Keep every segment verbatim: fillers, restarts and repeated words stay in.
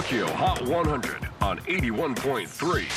Tokyo Hot one hundred on エイティワンポイントスリー J-Wave。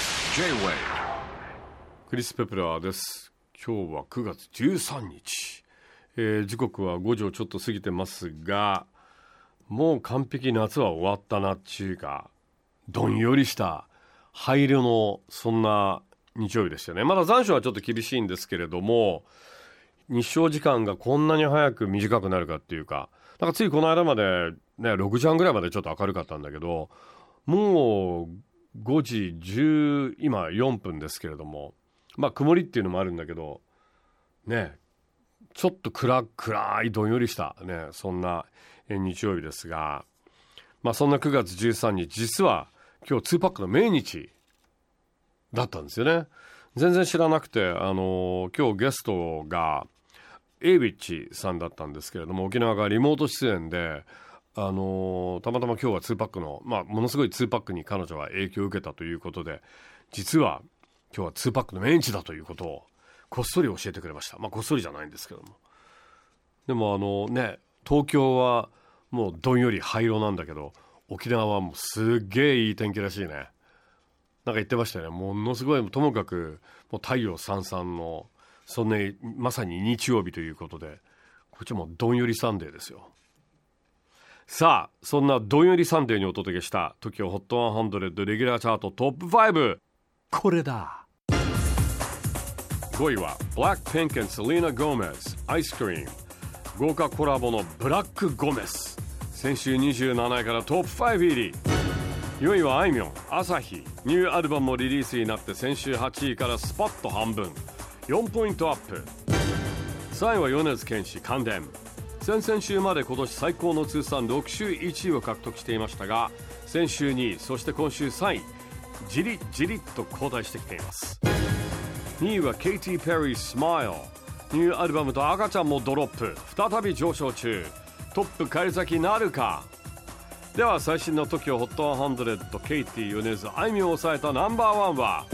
クリス・ペプラーです。今日はくがつじゅうさんにち、えー、時刻はごじをちょっと過ぎてますが、もう完璧夏は終わったなっちゅうか、どんよりした灰色のそんな日曜日でしたね。まだ残暑はちょっと厳しいんですけれども、日照時間がこんなに早く短くなるかっていうか、なんかついこの間までね、ろくじはんぐらいまでちょっと明るかったんだけど、もうごじじゅう今よんぷんですけれども、まあ曇りっていうのもあるんだけどね、ちょっと暗暗いどんよりしたね、そんな日曜日ですが、まあそんなくがつじゅうさんにち、実は今日にパックの命日だったんですよね。全然知らなくて、あの今日ゲストがエイビッチさんだったんですけれども、沖縄がリモート出演で、あのー、たまたま今日はにパックの、まあ、ものすごいにパックに彼女は影響を受けたということで、実は今日はにパックの命日だということをこっそり教えてくれました。まあこっそりじゃないんですけども、でもあのね、東京はもうどんより灰色なんだけど、沖縄はもうすっげえいい天気らしいね。なんか言ってましたよね。ものすごい、ともかくもう太陽さんさんのそんなまさに日曜日ということで、こっちもどんよりサンデーですよ。さあ、そんなどんよりサンデーにお届けした トキオ ホットひゃくレギュラーチャートトップファイブ、これだ。ごいは Blackpink and Selena Gomez Ice Cream、 豪華コラボのブラックゴメス、先週にじゅうなないからトップファイブ入り。よんいはあいみょん、朝日、ニューアルバムもリリースになって先週はちいからスパッと半分、よんポイントアップ。さんいは米津玄師、感電。先々週まで今年最高の通算ろくしゅういちいを獲得していましたが、先週にい、そして今週さんい、じりじりっと後退してきています。にいはケイティ・ペリー、スマイル。ニューアルバムと赤ちゃんもドロップ、再び上昇中。トップ返り咲きなるか。では最新の トキオ ホットひゃく、ケイティ、米津、あいみょんを抑えたナンバーワンは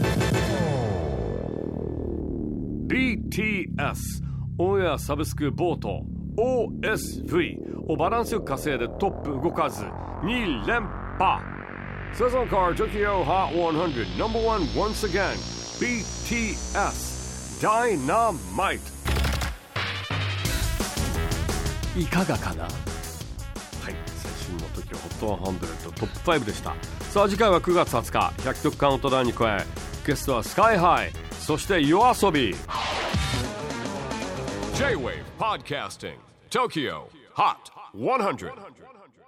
ビーティーエス オンエアサブスクボート オーエスブイ をバランスよく稼いでトップ動かずに連覇。セゾンカー トキオ ホットひゃく ナンバーワン once againビーティーエス Dynamite。 いかがかな。はい、最新の トキオ ホットひゃくトップファイブでした。さあ次回はくがつはつか、ひゃくきょくカウントダウンに加え、ゲストはスカイハイ、そして夜遊び。 J-Wave Podcasting Tokyo Hot ひゃく。